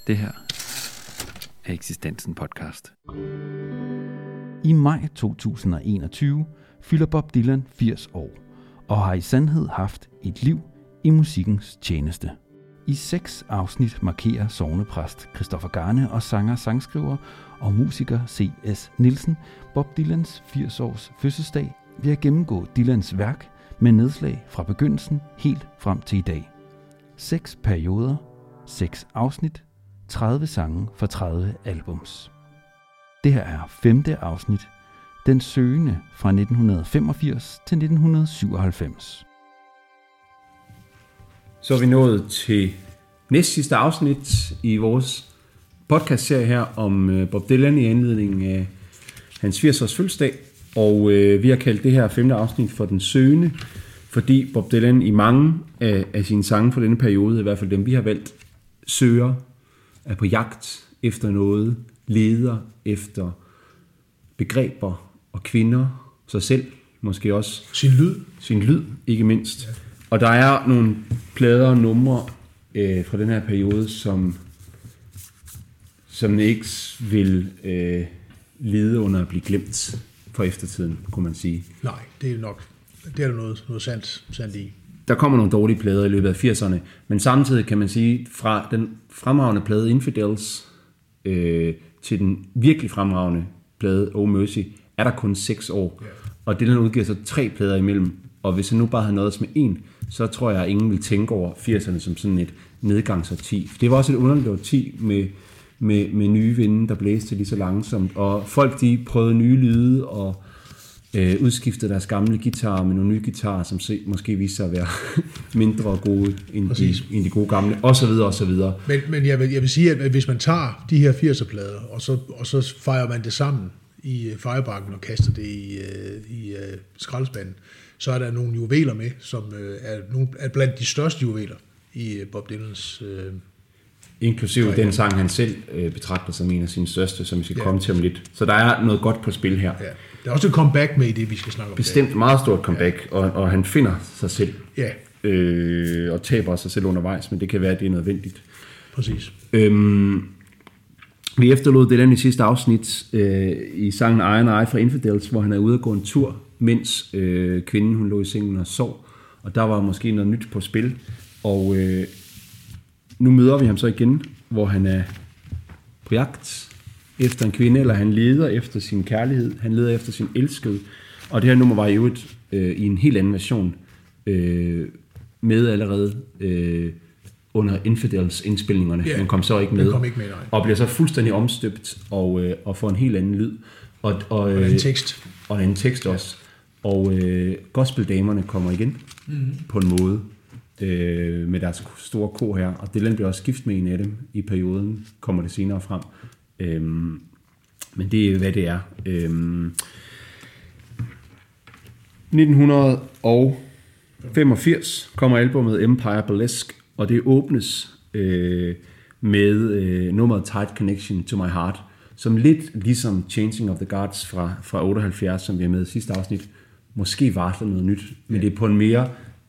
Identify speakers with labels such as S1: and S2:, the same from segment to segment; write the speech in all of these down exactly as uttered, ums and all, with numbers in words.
S1: Det her er Eksistensen podcast. I maj to tusind og enogtyve fylder Bob Dylan firs år og har i sandhed haft et liv i musikkens tjeneste. I seks afsnit markerer sognepræst Christoffer Garne og sanger, sangskriver og musiker C S Nielsen Bob Dylans firs års fødselsdag ved at gennemgå Dylans værk med nedslag fra begyndelsen helt frem til i dag. Seks perioder, seks afsnit, tredive sange for tredive albums. Det her er femte afsnit, Den søgende fra nitten femogfirs til nitten syvoghalvfems.
S2: Så er vi nået til næst sidste afsnit i vores podcastserie her om Bob Dylan i anledning af hans firs års fødselsdag. Og øh, vi har kaldt det her femte afsnit for Den søgende, fordi Bob Dylan i mange af, af sine sange for denne periode, i hvert fald dem vi har valgt, søger, er på jagt efter noget, leder efter begreber og kvinder, sig selv, måske også
S3: sin lyd,
S2: sin lyd ikke mindst. Ja. Og der er nogle plader og numre øh, fra den her periode, som som ikke vil øh, lide under at blive glemt for eftertiden, kunne man sige.
S3: Nej, det er nok, det er der noget, noget sandt, sandt i.
S2: Der kommer nogle dårlige plader i løbet af firserne, men samtidig kan man sige, fra den fremragende plade Infidels øh, til den virkelig fremragende plade Oh Mercy, er der kun seks år. Yeah. Og Dylan udgiver så tre plader imellem, og hvis han nu bare havde noget med en, så tror jeg, at ingen vil tænke over firserne som sådan et nedgangsårti. Det var også et underligt årti med, med, med nye vinde, der blæste lige så langsomt, og folk de prøvede nye lyde, og øh, udskiftede deres gamle guitarer med nogle nye guitarer, som se, måske viste sig at være mindre gode end de, end de gode gamle, og så videre, og så videre.
S3: Men, men jeg, vil, jeg vil sige, at hvis man tager de her firser-plader, og så, og så fejrer man det sammen i fejebakken og kaster det i, i uh, skraldespanden, så er der nogle juveler med, som uh, er, nogle, er blandt de største juveler i uh, Bob Dylans uh,
S2: inklusive den sang, han selv uh, betragter som en af sine største, som vi skal ja. komme til om lidt. Så der er noget godt på spil her.
S3: Ja. Der er også et comeback med i det, vi skal snakke om.
S2: Bestemt et meget stort comeback, ja. og, og han finder sig selv.
S3: Ja.
S2: Øh, og taber sig selv undervejs, men det kan være, at det er nødvendigt.
S3: Præcis.
S2: Øhm, vi efterlod Dylan i sidste afsnit øh, i sangen Iron Eye fra Infidels, hvor han er ude at gå en tur, mens øh, kvinden hun lå i sengen og sov. Og der var måske noget nyt på spil. Og øh, nu møder vi ham så igen, hvor han er på jagt efter en kvinde, eller han leder efter sin kærlighed, han leder efter sin elskede. Og det her nummer var i øvrigt øh, i en helt anden version, øh, med allerede øh, under Infidels indspilningerne.
S3: Yeah,
S2: men kom så ikke med,
S3: kom ikke med
S2: og bliver så fuldstændig omstøbt og, øh, og får en helt anden lyd. Og, og, øh,
S3: og en tekst.
S2: Og en tekst også. Ja. Og øh, gospeldamerne kommer igen mm-hmm. på en måde øh, med deres store kor her. Og Dylan bliver også gift med en af dem i perioden, kommer det senere frem. Øhm, men det er hvad det er. Øhm, nitten femogfirs kommer albumet Empire Burlesque, og det åbnes øh, med øh, nummeret Tight Connection to My Heart, som lidt ligesom Changing of the Guards fra, fra otteoghalvfjerds, som vi har med i sidste afsnit, måske varsler noget nyt, men det er på en mere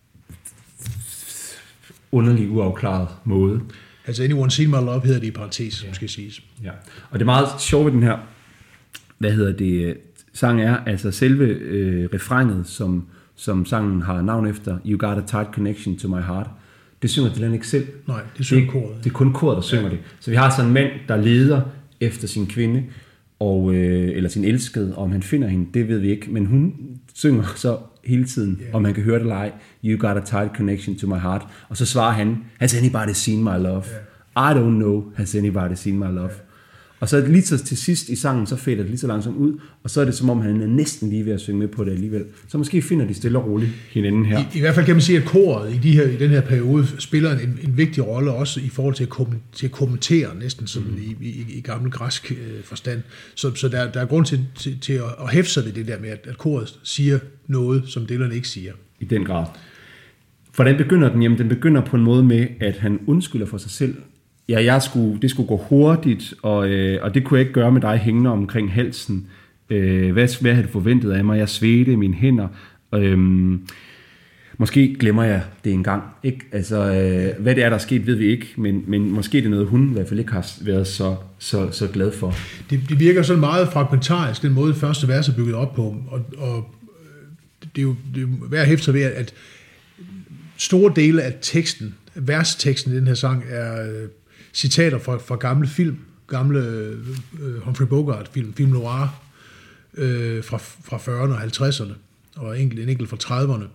S2: underlig, uafklaret måde.
S3: Altså Anyone Seen My Love hedder det i parentes, som ja. skal siges.
S2: Ja. Og det er meget sjovt ved den her, hvad hedder det, sang er, altså selve øh, refrænget, som, som sangen har navn efter, You Got a Tight Connection to My Heart, det synger Dylan ikke selv.
S3: Nej, det synger koret.
S2: Det er kun koret, der synger ja. det. Så vi har sådan en mand, der leder efter sin kvinde, og, øh, eller sin elskede, og om han finder hende, det ved vi ikke, men hun synger så hele tiden, yeah. om man kan høre det eller ej, You Got a Tight Connection to My Heart, og så svarer han, Has anybody seen my love? Yeah. I don't know, has anybody seen my love? Yeah. Og så lige så til sidst i sangen, så fader det lige så langsomt ud, og så er det som om, han er næsten lige ved at synge med på det alligevel. Så måske finder de stille og roligt hinanden her.
S3: I, i hvert fald kan man sige, at koret i, de her, i den her periode spiller en, en vigtig rolle, også i forhold til at, kom, til at kommentere, næsten som mm. i, i, i gammel græsk øh, forstand. Så, så der, der er grund til, til, til at, at hæfte sig ved det der med, at, at koret siger noget, som Dylan ikke siger.
S2: I den grad. Hvordan begynder den? Jamen, den begynder på en måde med, at han undskylder for sig selv. Ja, jeg skulle, det skulle gå hurtigt, og, øh, og det kunne jeg ikke gøre med dig hængende omkring halsen. Øh, hvad, hvad havde du forventet af mig? Jeg svedte mine hænder. Øh, Måske glemmer jeg det engang. Ikke? Altså, øh, hvad det er, der er sket, ved vi ikke, men, men måske det er noget, hun i hvert fald ikke har været så, så, så glad for.
S3: Det, det virker sådan meget fragmentarisk, den måde første vers er bygget op på, og, og det er jo, det er jo værd at hæfte sig ved, at store dele af teksten, versteksten i den her sang, er øh, citater fra, fra gamle film, gamle øh, Humphrey Bogart-film, film noir, øh, fra, fra fyrrerne og halvtredserne, og enkelt, en enkelt fra trediverne.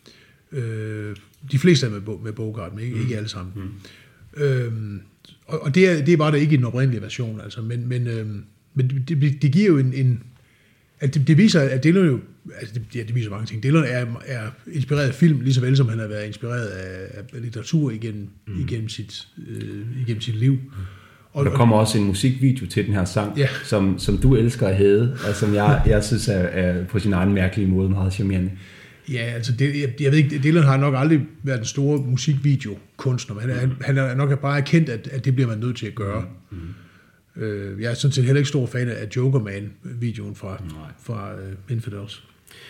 S3: Øh, de fleste er med, med Bogart, men ikke, mm. ikke alle sammen. Mm. Øhm, og og det, er, det er bare der ikke i den oprindelige version, altså, men, men, øhm, men det, det giver jo en... en at det, det viser, at Dylan jo... Altså, det, ja, det viser mange ting. Dylan er, er inspireret af film, lige så vel som han har været inspireret af, af litteratur igennem, mm. igennem, sit, øh, igennem sit liv.
S2: Og der kommer også en musikvideo til den her sang, ja. som, som du elsker at have, og som jeg, jeg synes er, er på sin egen mærkelige måde meget charmerende.
S3: Ja, altså, det, jeg, jeg ved ikke, Dylan har nok aldrig været den store musikvideokunstner, men han, mm. han er nok bare erkendt, at, at det bliver man nødt til at gøre. Mm. Øh, jeg er sådan set heller ikke stor fan af Jokerman-videoen fra, fra uh, Infidels.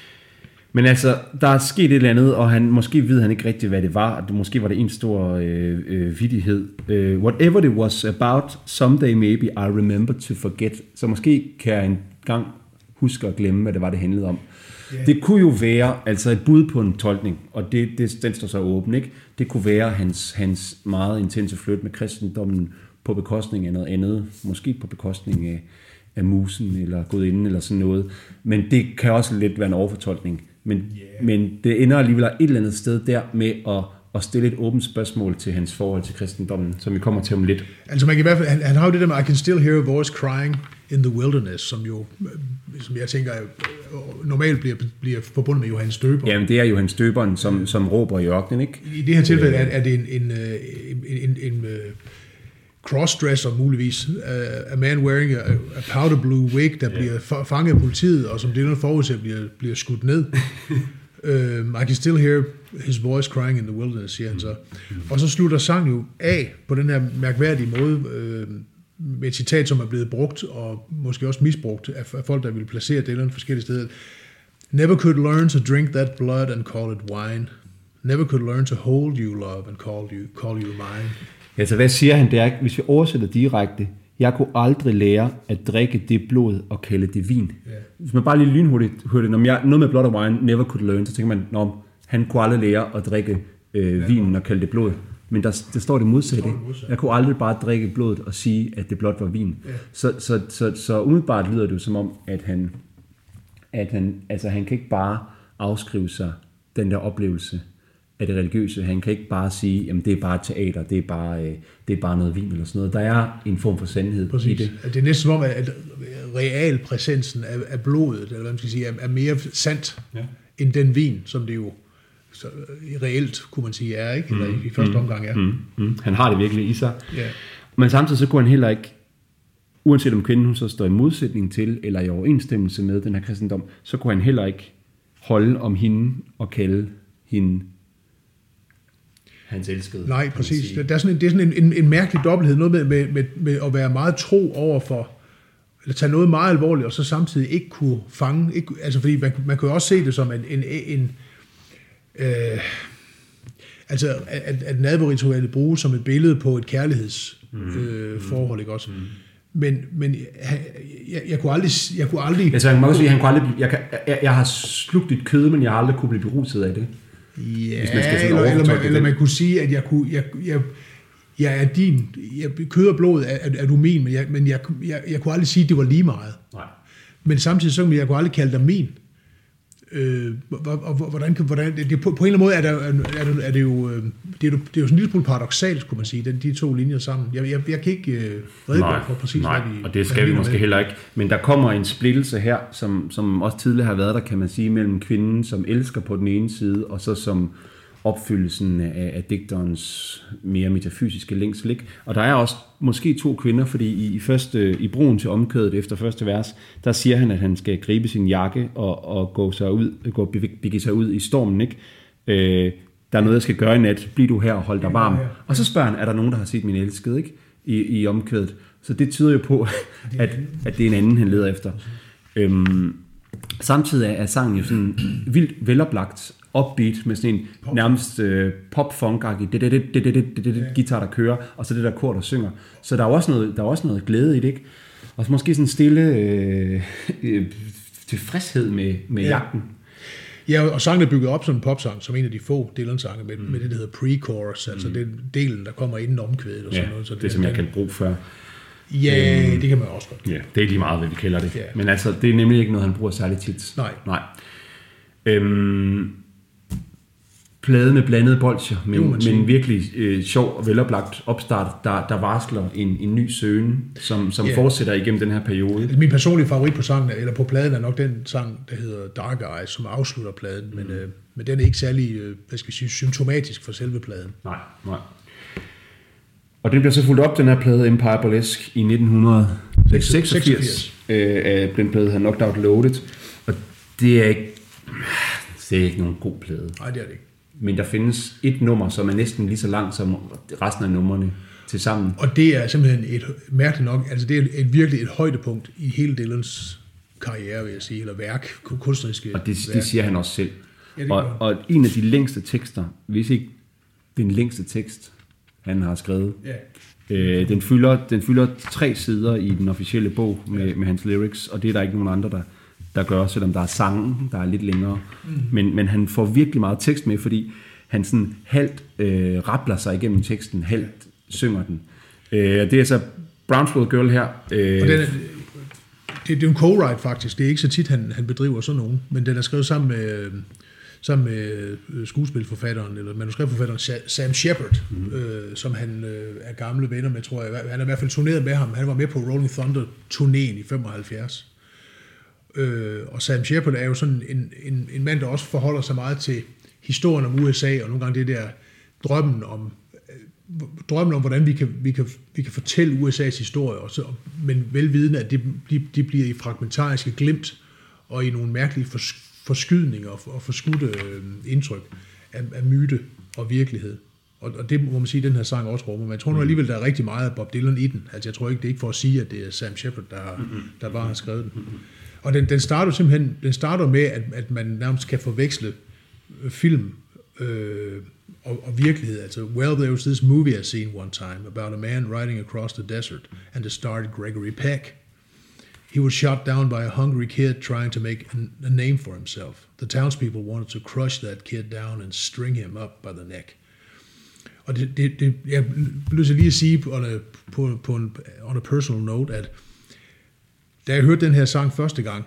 S2: Men altså, der er sket et eller andet, og han, måske ved han ikke rigtigt, hvad det var. Måske var det en stor øh, øh, vittighed. Uh, whatever it was about, someday maybe I remember to forget. Så måske kan jeg engang huske at glemme, hvad det var, det handlede om. Yeah. Det kunne jo være altså et bud på en tolkning, og det, det, den står så åben, ikke? Det kunne være hans, hans meget intense flyt med kristendommen på bekostning af noget andet, måske på bekostning af, af musen eller gudinden eller sådan noget. Men det kan også lidt være en overfortolkning. Men, yeah. men det ender alligevel et eller andet sted der med at, at stille et åbent spørgsmål til hans forhold til kristendommen, som vi kommer til om lidt.
S3: Altså man kan i hvert fald, han, han har jo det der med, I can still hear a voice crying in the wilderness, som jo, som jeg tænker, normalt bliver, bliver forbundet med Johannes Døberen.
S2: Jamen det er Johannes Døberen, som, som råber i ørkenen, ikke?
S3: I det her tilfælde er, er det en, en, en, en, en, en crossdresser muligvis, uh, a man wearing a, a powder blue wig, der yeah. bliver fanget af politiet, og som det er noget forudset, bliver, bliver skudt ned. um, I can still hear his voice crying in the wilderness, siger han så. Og så slutter sangen jo af på den her mærkværdige måde, uh, med et citat, som er blevet brugt, og måske også misbrugt af, af folk, der vil placere Dylan forskellige steder. Never could learn to drink that blood and call it wine. Never could learn to hold you, love, and call you, call you mine.
S2: Altså, hvad siger han der? Hvis vi oversætter direkte, jeg kunne aldrig lære at drikke det blod og kalde det vin. Yeah. Hvis man bare lige lynhurtigt hørte det, jeg, noget med blood og wine, never could learn, så tænker man, nå, han kunne aldrig lære at drikke øh, ja, vinen og kalde det blod. Men der, der står det modsatte. Jeg kunne aldrig bare drikke blodet og sige, at det blot var vin. Yeah. Så, så, så, så umiddelbart lyder det jo som om, at han, at han, altså, han kan ikke bare afskrive sig den der oplevelse af det religiøse. Han kan ikke bare sige, jamen det er bare teater, det er bare, øh, det er bare noget vin eller sådan noget. Der er en form for sandhed
S3: Præcis.
S2: i det.
S3: Det er næsten som om, at realpræsensen af, af blodet, eller hvad man skal sige, er, er mere sandt ja. end den vin, som det jo så reelt, kunne man sige, er, ikke? Eller mm, i første mm, omgang er.
S2: Mm, mm. Han har det virkelig i sig.
S3: Ja.
S2: Men samtidig så kunne han heller ikke, uanset om kvinden hun så står i modsætning til, eller i overensstemmelse med den her kristendom, så kunne han heller ikke holde om hende og kalde hende hans elskede.
S3: Nej, præcis. Der er sådan en, det er sådan en, en, en mærkelig dobbelthed, noget med, med, med, med at være meget tro over for, eller tage noget meget alvorligt, og så samtidig ikke kunne fange, ikke, altså fordi man, man kan jo også se det som en, en, en øh, altså at, at nadverritualet bruges som et billede på et kærlighedsforhold, øh, forhold, ikke også? Mm. Men, men jeg, jeg kunne aldrig, jeg kunne aldrig...
S2: Altså, man må sige, han kunne aldrig, jeg, kan, jeg, jeg har slugt dit kød, men jeg har aldrig kunne blive beruset af det.
S3: Ja, man skal eller, eller, man, eller man kunne sige, at jeg kunne, jeg, jeg, jeg er din, jeg, kød og blod er, er du min, men, jeg, men jeg, jeg, jeg kunne aldrig sige, at det var lige meget.
S2: Nej.
S3: Men samtidig så kunne jeg kunne aldrig kalde dig min. Øh, og, og hvordan kan, hvordan, det, på, på en eller anden måde er, der, er, det, er det jo, det er jo, det er jo sådan en lille smule paradoksalt, kunne man sige, den, de to linjer sammen. Jeg, jeg, jeg kan ikke øh, redegøre for præcis,
S2: nej,
S3: hvad de...
S2: og det skal vi måske med. Heller ikke. Men der kommer en splittelse her, som, som også tidligere har været der, kan man sige, mellem kvinden, som elsker på den ene side, og så som opfyldelsen af, af digterens mere metafysiske længsel. Og der er også måske to kvinder, fordi i, i, første, i broen til omkødet efter første vers, der siger han, at han skal gribe sin jakke og, og gå sig ud, gå, begive sig ud i stormen. Ikke? Øh, der er noget, jeg skal gøre i nat. Bliv du her og hold dig varm. Og så spørger han, er der nogen, der har set min elskede, ikke? I, i omkvædet? Så det tyder jo på, at, at det er en anden, han leder efter. Øhm, samtidig er sangen jo sådan vildt veloplagt, upbeat med sådan en pop. nærmest øh, pop-funk-agtig det, det, det, det, det, det, det, det, guitar, der kører, og så det der kor, der synger. Så der er også noget, der er også noget glæde i det, ikke? Og så måske sådan en stille øh, øh, tilfredshed med, med ja. jagten.
S3: Ja, og sangen er bygget op som en popsang, som en af de få Dylan-sange med, mm. med det, der hedder pre-chorus, altså mm. den delen, der kommer inden omkvædet og sådan
S2: ja,
S3: noget. Så
S2: det,
S3: det
S2: som
S3: er,
S2: jeg kan bruge før.
S3: Ja, øhm, det kan man også godt.
S2: Ja, det er lige meget, hvad vi kalder det.
S3: Ja.
S2: Men altså, det er nemlig ikke noget, han bruger særlig tit.
S3: Nej.
S2: Nej. Øhm, plade med blandede bolsjer, men, men en virkelig øh, sjov og veloplagt opstart, der, der varsler en, en ny søgen, som, som yeah. fortsætter igennem den her periode.
S3: Min personlige favorit på sangen, eller på pladen, er nok den sang, der hedder Dark Eyes, som afslutter pladen, mm. men, øh, men den er ikke særlig øh, hvad skal jeg sige, symptomatisk for selve pladen.
S2: Nej, nej. Og den bliver så fuldt op, den her plade Empire Burlesque, i nitten seksogfirs, øh, af den plade her Knocked Out Loaded, og det er ikke, det er ikke nogen god plade.
S3: Nej, det er det ikke.
S2: Men der findes et nummer, som er næsten lige så langt som resten af numrene til sammen.
S3: Og det er simpelthen et, mærkeligt nok, altså det er et, virkelig et højdepunkt i hele Dylans karriere, vil jeg sige, eller værk, kunstneriske
S2: Og det,
S3: værk.
S2: det siger han også selv.
S3: Ja,
S2: og, og en af de længste tekster, hvis ikke den længste tekst, han har skrevet,
S3: ja.
S2: øh, den, fylder, den fylder tre sider i den officielle bog med, ja. med hans lyrics, og det er der ikke nogen andre, der der gør, selvom der er sangen, der er lidt længere. Mm. Men, men han får virkelig meget tekst med, fordi han sådan halvt øh, rappler sig igennem teksten, halvt synger den. Øh, det er så Brownsville Girl her. Øh,
S3: og den er, det, det er en co-write faktisk. Det er ikke så tit, han, han bedriver sådan nogen, men den er skrevet sammen med, sammen med skuespilforfatteren, eller manuskriptforfatteren Sam Shepard, mm. øh, som han øh, er gamle venner med, tror jeg. Han er i hvert fald turneret med ham. Han var med på Rolling Thunder-turnéen i femoghalvfjerds. Øh, og Sam Shepard er jo sådan en, en, en mand, der også forholder sig meget til historien om U S A, og nogle gange det der drømmen om, drømmen om hvordan vi kan, vi kan, vi kan fortælle U S A's historie, og så, men velvidende, at det, de, de bliver i fragmentariske glimt, og i nogle mærkelige fors, forskydninger og, og forskudte øh, indtryk af, af myte og virkelighed. Og, og det må man sige, den her sang også rummer. Men jeg tror nu alligevel, der er rigtig meget af Bob Dylan i den. Altså jeg tror ikke, det er ikke for at sige, at det er Sam Shepard, der, der bare har skrevet den. Og den, den starter simpelthen, den starter med, at, at man nærmest kan forveksle film øh, og, og virkelighed. Altså, well, there was this movie I seen one time about a man riding across the desert, and it starred Gregory Peck. He was shot down by a hungry kid trying to make a, a name for himself. The townspeople wanted to crush that kid down and string him up by the neck. Og det, det, det jeg bliver så lige at sige on a, på, på en, on a personal note, at da jeg hørte den her sang første gang,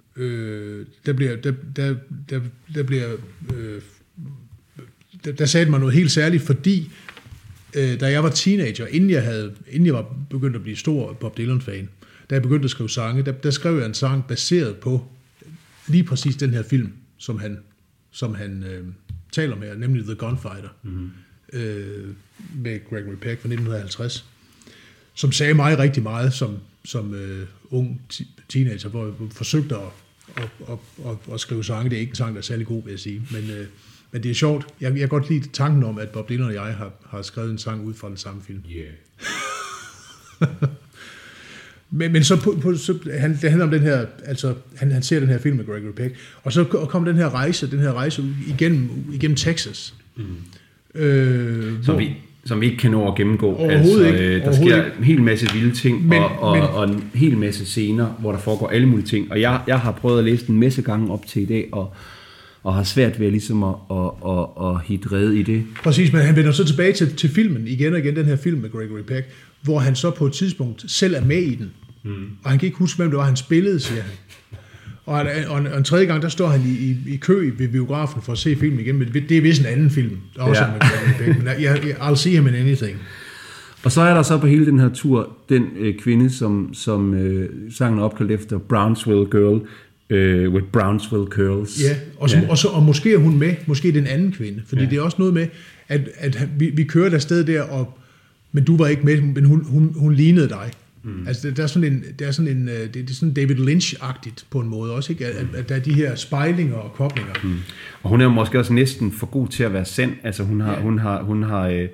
S3: øh, der bliver, der, der, der, der bliver, øh, der, der sagde mig noget helt særligt, fordi øh, da jeg var teenager, inden jeg havde, inden jeg var begyndt at blive stor Bob Dylan-fan, da jeg begyndte at skrive sange, der, der skrev jeg en sang baseret på lige præcis den her film, som han, som han øh, taler med, nemlig The Gunfighter, mm-hmm. øh, med Gregory Peck fra nitten halvtreds, som sagde mig rigtig meget som som øh, ung teenager, hvor jeg forsøgte at, at, at, at, at skrive sange. Det er ikke en sang, der er særlig god, vil jeg sige. Men, øh, men det er sjovt. Jeg, jeg kan godt lide tanken om, at Bob Dylan og jeg har, har skrevet en sang ud fra den samme film.
S2: Yeah.
S3: men, men så, på, på, så han, det handler om den her, altså han, han ser den her film med Gregory Peck, og så kom den her rejse, den her rejse igennem, igennem Texas. Mm. Øh,
S2: så hvor, vi som vi ikke kan nå at gennemgå.
S3: Overhovedet
S2: altså,
S3: ikke.
S2: Der sker en hel masse vilde ting,
S3: men,
S2: og, og,
S3: men,
S2: og en hel masse scener, hvor der foregår alle mulige ting. Og jeg, jeg har prøvet at læse den masse gange op til i dag, og, og har svært ved ligesom at, at, at, at hitte rede i det.
S3: Præcis, men han vender så tilbage til, til filmen, igen og igen, den her film med Gregory Peck, hvor han så på et tidspunkt selv er med i den. Mm. Og han kan ikke huske, hvem det var, han spillede, siger han. Og, og, en, og en tredje gang, der står han i, i, i kø ved biografen for at se filmen igen, men det er vist en anden film, der også ja. er med Gregory Peck, men jeg, jeg, I'll see him in anything.
S2: Og så er der så på hele den her tur, den øh, kvinde, som, som øh, sangen er opkaldt efter, Brownsville Girl, øh, with Brownsville Curls.
S3: Ja, og, så, ja. Og, så, og måske er hun med, måske den anden kvinde, fordi ja. det er også noget med, at, at vi, vi kørte afsted der, og, men du var ikke med, men hun, hun, hun lignede dig. Mm. Altså der er sådan en, der er sådan en, det er sådan David Lynch-agtigt på en måde også, ikke? At, at der er de her spejlinger og koblinger. Mm.
S2: Og hun er måske også næsten for god til at være sand. Altså hun har, ja. hun har, hun har øh,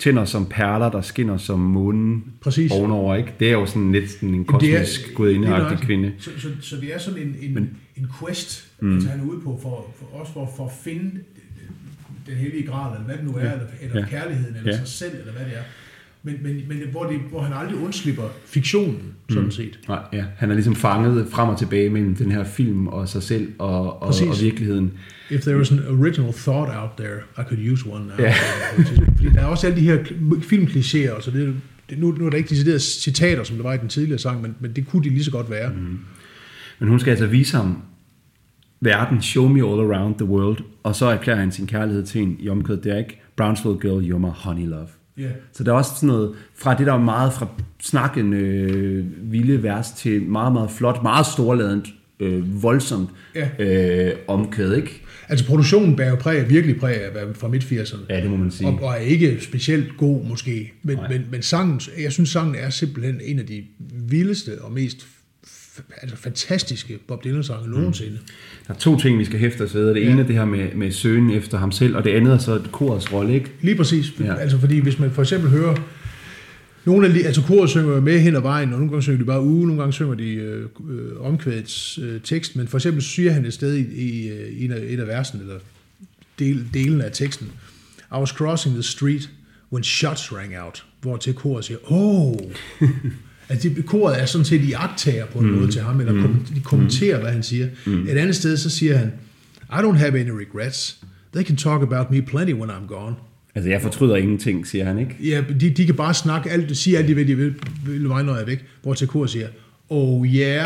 S2: tænder som perler, der skinner som månen
S3: Præcis.
S2: ovenover, ikke? Det er jo sådan næsten en kosmisk gudindeagtig kvinde.
S3: Så, så, så det er sådan en, en,
S2: Men,
S3: en quest,
S2: mm.
S3: altså han er ude på, for, for, også for, for at finde den hellige gral, eller hvad det nu er, eller, eller
S2: ja.
S3: kærligheden, eller
S2: ja.
S3: sig selv, eller hvad det er. Men, men, men hvor, det, hvor han aldrig undslipper fiktionen, sådan
S2: mm.
S3: set.
S2: Nej, ja. Han er ligesom fanget frem og tilbage mellem den her film og sig selv og, og, og virkeligheden.
S3: If there was an original thought out there, I could use one now.
S2: Ja.
S3: Fordi der er også alle de her filmklichéer, så det, det, nu, nu er der ikke deciderede citater, som der var i den tidligere sang, men, men det kunne de lige så godt være.
S2: Mm. Men hun skal altså vise ham verden, show me all around the world, og så erklærer han sin kærlighed til en i omkødet, det er ikke Brownsville girl, you're my honey love.
S3: Yeah.
S2: Så der er også sådan noget, fra det der er meget fra snakken øh, vilde vers til meget, meget flot, meget storladent, øh, voldsomt yeah. øh, omkvæd, ikke?
S3: Altså produktionen bærer præg, virkelig præg af fra midt-firserne.
S2: Ja, det må man sige.
S3: Og, og er ikke specielt god måske, men, men, men sangen, jeg synes sangen er simpelthen en af de vildeste og mest altså fantastiske Bob Dylan-sange mm. nogensinde.
S2: Der er to ting, vi skal hæfte os ved. Det ene ja. er det her med, med søgen efter ham selv, og det andet er så korets rolle, ikke?
S3: Lige præcis.
S2: Ja.
S3: Altså fordi hvis man for eksempel hører nogle af de, altså koret synger med hen ad vejen, og nogle gange synger de bare uge, nogle gange synger de øh, omkvædets øh, tekst, men for eksempel siger han et sted i, i, i en, af, en af versen, eller del, delen af teksten, I was crossing the street when shots rang out, hvor til koret siger, oh, altså det, koret er sådan set iagttager på en mm. måde til ham, eller mm. de kommenterer, mm. hvad han siger. Mm. Et andet sted, så siger han, I don't have any regrets. They can talk about me plenty when I'm gone.
S2: Altså, jeg fortryder ingenting, siger han, ikke?
S3: Ja, de, de kan bare snakke alt, sige alt det, de vil, vil mig, når jeg er væk. Hvor til koret siger, oh yeah.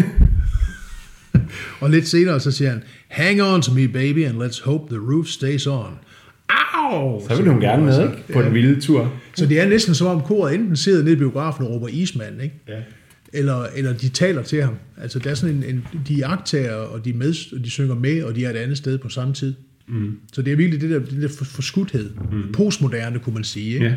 S3: Og lidt senere, så siger han, hang on to me, baby, and let's hope the roof stays on. Au!
S2: Så vil hun gerne med, ikke? På ja. den vilde tur.
S3: Så det er næsten som om koret enten sidder nede i biografen og råber ismand, ikke?
S2: Ja.
S3: Eller, eller de taler til ham. Altså, der er sådan en, en de jagttager, og de, med, og de synger med, og de er et andet sted på samme tid. Mm. Så det er virkelig det der, det der forskudthed. Mm. Postmoderne, kunne man sige. Ikke?
S2: Ja.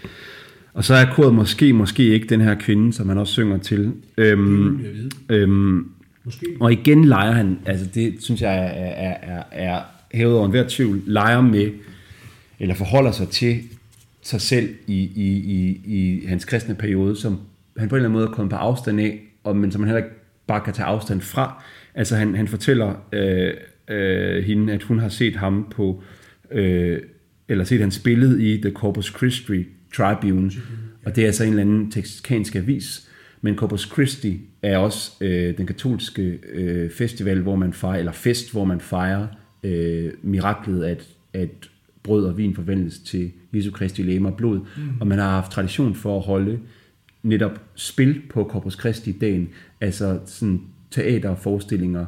S2: Og så er koret måske, måske ikke den her kvinde, som han også synger til. Øhm, det øhm, måske. Og igen leger han, altså det synes jeg er, er, er, er hævet over enhver tvivl, leger med, eller forholder sig til sig selv i, i, i, i hans kristne periode, som han på en eller anden måde er kommet på afstand af, og, men som han heller ikke bare kan tage afstand fra. Altså han, han fortæller øh, øh, hende, at hun har set ham på, øh, eller set hans billede i The Corpus Christi Tribune, og det er altså en eller anden texicansk avis, men Corpus Christi er også øh, den katolske øh, festival, hvor man fejrer, eller fest, hvor man fejrer øh, miraklet, at, at brød og vin forvandles til Jesu Kristi legeme og blod, mm. og man har haft tradition for at holde netop spil på Corpus Christi-dagen, altså sådan teaterforestillinger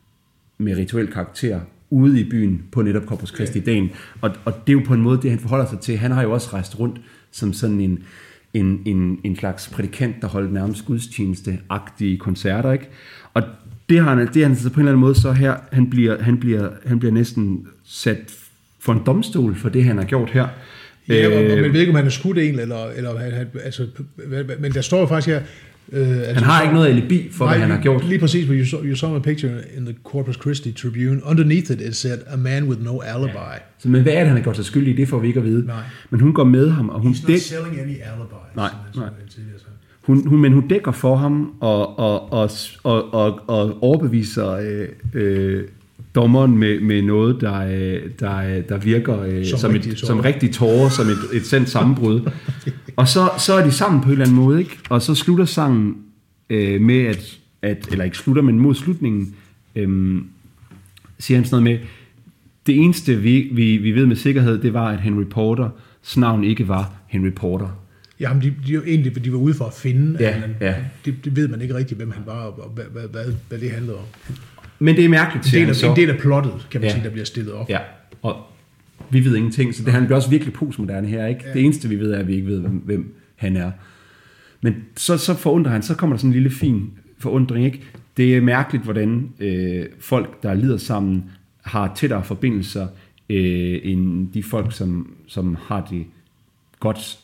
S2: med rituel karakter ude i byen på netop Corpus Christi-dagen. Og, og det er jo på en måde det, han forholder sig til. Han har jo også rejst rundt som sådan en, en, en, en slags prædikant, der holdt nærmest gudstjeneste-agtige koncerter, ikke? Og det har han, det har han så på en eller anden måde så her, han bliver, han bliver, han bliver næsten sat for en domstol for det, han har gjort her.
S3: Ja, og, og man ved ikke, om han er skudt en, eller, eller han, altså, men der står jo faktisk her, øh, altså,
S2: han har ikke noget alibi for, nej, hvad han har gjort.
S3: Lige præcis, you saw, you saw a picture in the Corpus Christi Tribune. Underneath it, it said, a man with no alibi. Ja.
S2: Så, men hvad er det, han har gjort sig skyldig i? Det får vi ikke at vide.
S3: Nej.
S2: Men hun går med ham, og hun
S3: He's not selling any alibi.
S2: Nej, nej. Hun, hun, men hun dækker for ham, og, og, og, og, og, og overbeviser øh, øh, dommeren med, med noget, der, der, der virker øh, som, som, et, som rigtig tårer, som et, et sendt sammenbrud. Og så, så er de sammen på en eller anden måde, ikke? Og så slutter sangen øh, med, at, at, eller ikke slutter, men mod slutningen, øh, siger han sådan noget med, det eneste, vi, vi, vi ved med sikkerhed, det var, at Henry Porters navn ikke var Henry Porter.
S3: Jamen, de, de, egentlig, de var ude for at finde,
S2: ja,
S3: man, ja. Det, det ved man ikke rigtigt, hvem han var, og hvad, hvad, hvad, hvad det handlede om.
S2: Men det er mærkeligt,
S3: en del, af, en del af plottet, kan man ja. sige, der bliver stillet op.
S2: Ja, og vi ved ingenting, så det han bliver også virkelig postmoderne her, ikke? Ja. Det eneste, vi ved, er, at vi ikke ved, hvem, hvem han er. Men så, så forundrer han, så kommer der sådan en lille fin forundring, ikke? Det er mærkeligt, hvordan øh, folk, der lider sammen, har tættere forbindelser, øh, end de folk, som, som har det godt.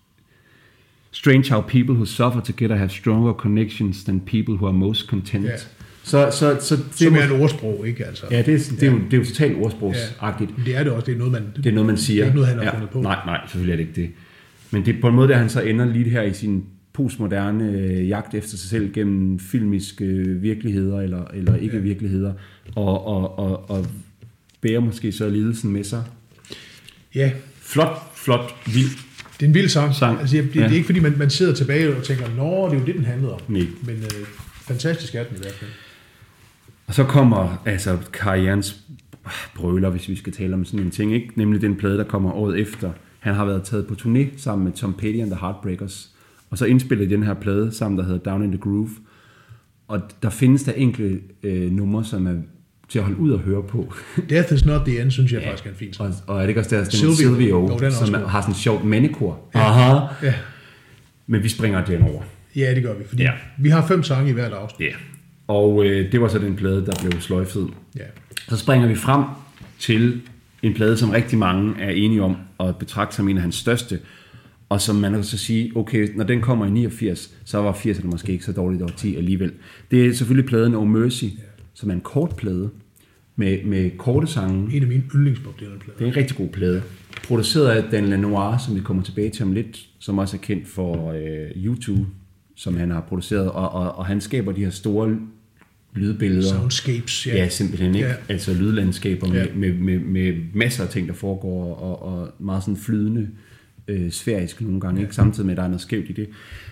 S2: Strange how people who suffer together have stronger connections than people who are most content. Ja.
S3: Så, så, så det Som er et ordsprog, ikke? Altså.
S2: Ja, det er, det er, ja. jo, det er jo totalt ordsprogsagtigt.
S3: Ja. Det er det også, det er noget, man,
S2: det er noget, man siger.
S3: Det er ikke noget, han har
S2: ja.
S3: fundet på.
S2: Nej, nej, selvfølgelig er det ikke det. Men det er på en måde, der han så ender lige her i sin postmoderne øh, jagt efter sig selv gennem filmiske øh, virkeligheder eller, eller ikke virkeligheder, og, og, og, og bærer måske så lidelsen med sig.
S3: Ja.
S2: Flot, flot, vild.
S3: Det er en vild sang.
S2: sang.
S3: Altså, det, det
S2: ja.
S3: er ikke fordi, man, man sidder tilbage og tænker, nå, det er jo det, den handlede om.
S2: Nej.
S3: Men øh, fantastisk er den i hvert fald.
S2: Og så kommer altså karrierens brøler, hvis vi skal tale om sådan en ting, ikke? Nemlig den plade, der kommer året efter. Han har været taget på turné sammen med Tom Petty and the Heartbreakers, og så indspillede den her plade sammen, der hedder Down in the Groove. Og der findes der enkelte øh, numre, som er til at holde ud og høre på.
S3: Death is not the end, synes jeg ja. faktisk er en fin sang.
S2: Og, og er det ikke også der, den
S3: Silvio,
S2: Silvio
S3: jo,
S2: som er, har sådan en sjovt mandekor.
S3: Ja.
S2: Aha.
S3: Ja.
S2: Men vi springer den over.
S3: Ja, det gør vi, fordi
S2: ja.
S3: vi har fem sange i hvert afsnit.
S2: Ja. Og øh, det var så den plade, der blev sløjfet.
S3: Ja.
S2: Så springer vi frem til en plade, som rigtig mange er enige om at betragte som en af hans største, og som man kan så sige, okay, når den kommer i niogfirs, så var firserne måske ikke så dårligt over ti alligevel. Det er selvfølgelig pladen Oh Mercy, ja. som er en kort plade, med, med korte sange.
S3: En af mine yndlingsbob Dylan-plader.
S2: Det er en rigtig god plade. Produceret af Dan Lanois, som vi kommer tilbage til om lidt, som også er kendt for øh, U to, som han har produceret, og, og, og han skaber de her store lydbilleder.
S3: Soundscapes, ja.
S2: Ja, simpelthen, ikke?
S3: Ja.
S2: Altså lydlandskaber med,
S3: Ja.
S2: med, med, med masser af ting, der foregår, og, og meget sådan flydende, øh, sfærisk nogle gange, ja. ikke? Samtidig med, at der er noget skævt i det.